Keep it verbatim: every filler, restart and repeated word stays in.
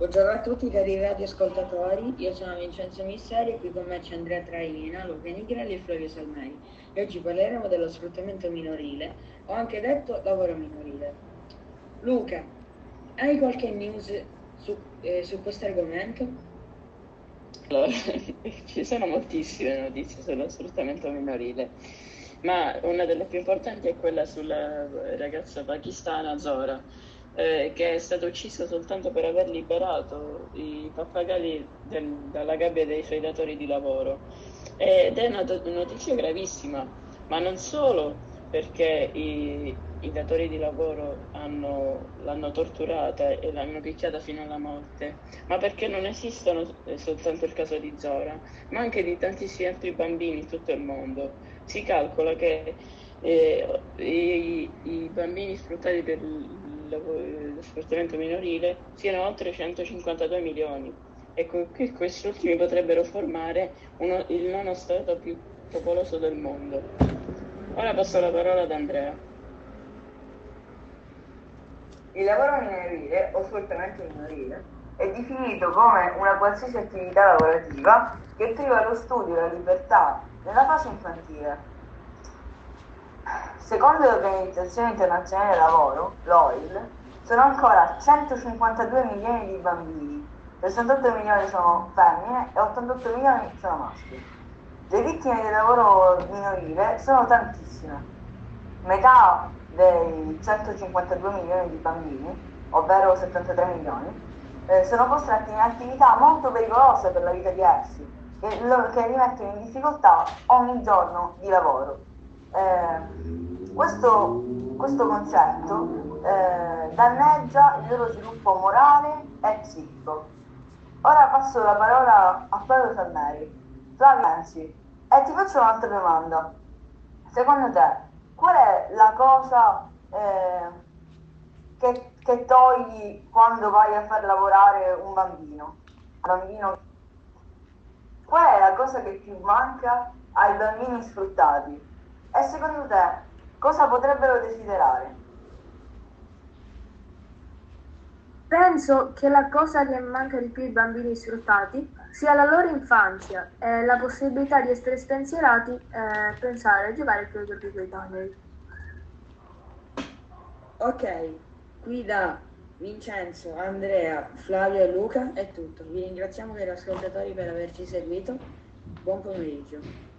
Buongiorno a tutti cari radioascoltatori, io sono Vincenzo Misseri e qui con me c'è Andrea Traina, Luca Nigrelli e Flavio Salmei e oggi parleremo dello sfruttamento minorile, o anche detto lavoro minorile. Luca, hai qualche news su, eh, su questo argomento? Allora, ci sono moltissime notizie sullo sfruttamento minorile, ma una delle più importanti è quella sulla ragazza pakistana Zora, eh, che è stata uccisa soltanto per aver liberato i pappagalli del- dalla gabbia dei suoi datori di lavoro. Ed è una do- notizia gravissima, ma non solo perché i, i datori di lavoro hanno- l'hanno torturata e l'hanno picchiata fino alla morte, ma perché non esistono eh, soltanto il caso di Zora, ma anche di tantissimi altri bambini in tutto il mondo. Si calcola che eh, i, i bambini sfruttati per il lav- lo sfruttamento minorile siano oltre centocinquantadue milioni e co- che questi ultimi potrebbero formare uno- il nono stato più popoloso del mondo. Ora passo la parola ad Andrea. Il lavoro minorile o sfruttamento minorile è definito come una qualsiasi attività lavorativa che priva lo studio e la libertà nella fase infantile. Secondo l'Organizzazione Internazionale del Lavoro, l'O I L, sono ancora centocinquantadue milioni di bambini, sessantotto milioni sono femmine e ottantotto milioni sono maschi. Le vittime del lavoro minorile sono tantissime. Metà dei centocinquantadue milioni di bambini, ovvero settantatré milioni, eh, sono costretti in attività molto pericolose per la vita di essi, che, lo, che li mettono in difficoltà ogni giorno di lavoro. Eh, questo, questo concetto eh, danneggia il loro sviluppo morale e psichico. Ora passo la parola a Flavio Salmeri. Flavio, pensi? E ti faccio un'altra domanda. Secondo te, qual è la cosa eh, che, che togli quando vai a far lavorare un bambino? bambino? Qual è la cosa che più manca ai bambini sfruttati? E secondo te, cosa potrebbero desiderare? Penso che la cosa che manca di più ai bambini sfruttati sia la loro infanzia e la possibilità di essere spensierati e pensare a giocare con i propri coetanei. Ok, qui da Vincenzo, Andrea, Flavio e Luca è tutto. Vi ringraziamo cari ascoltatori per averci seguito. Buon pomeriggio.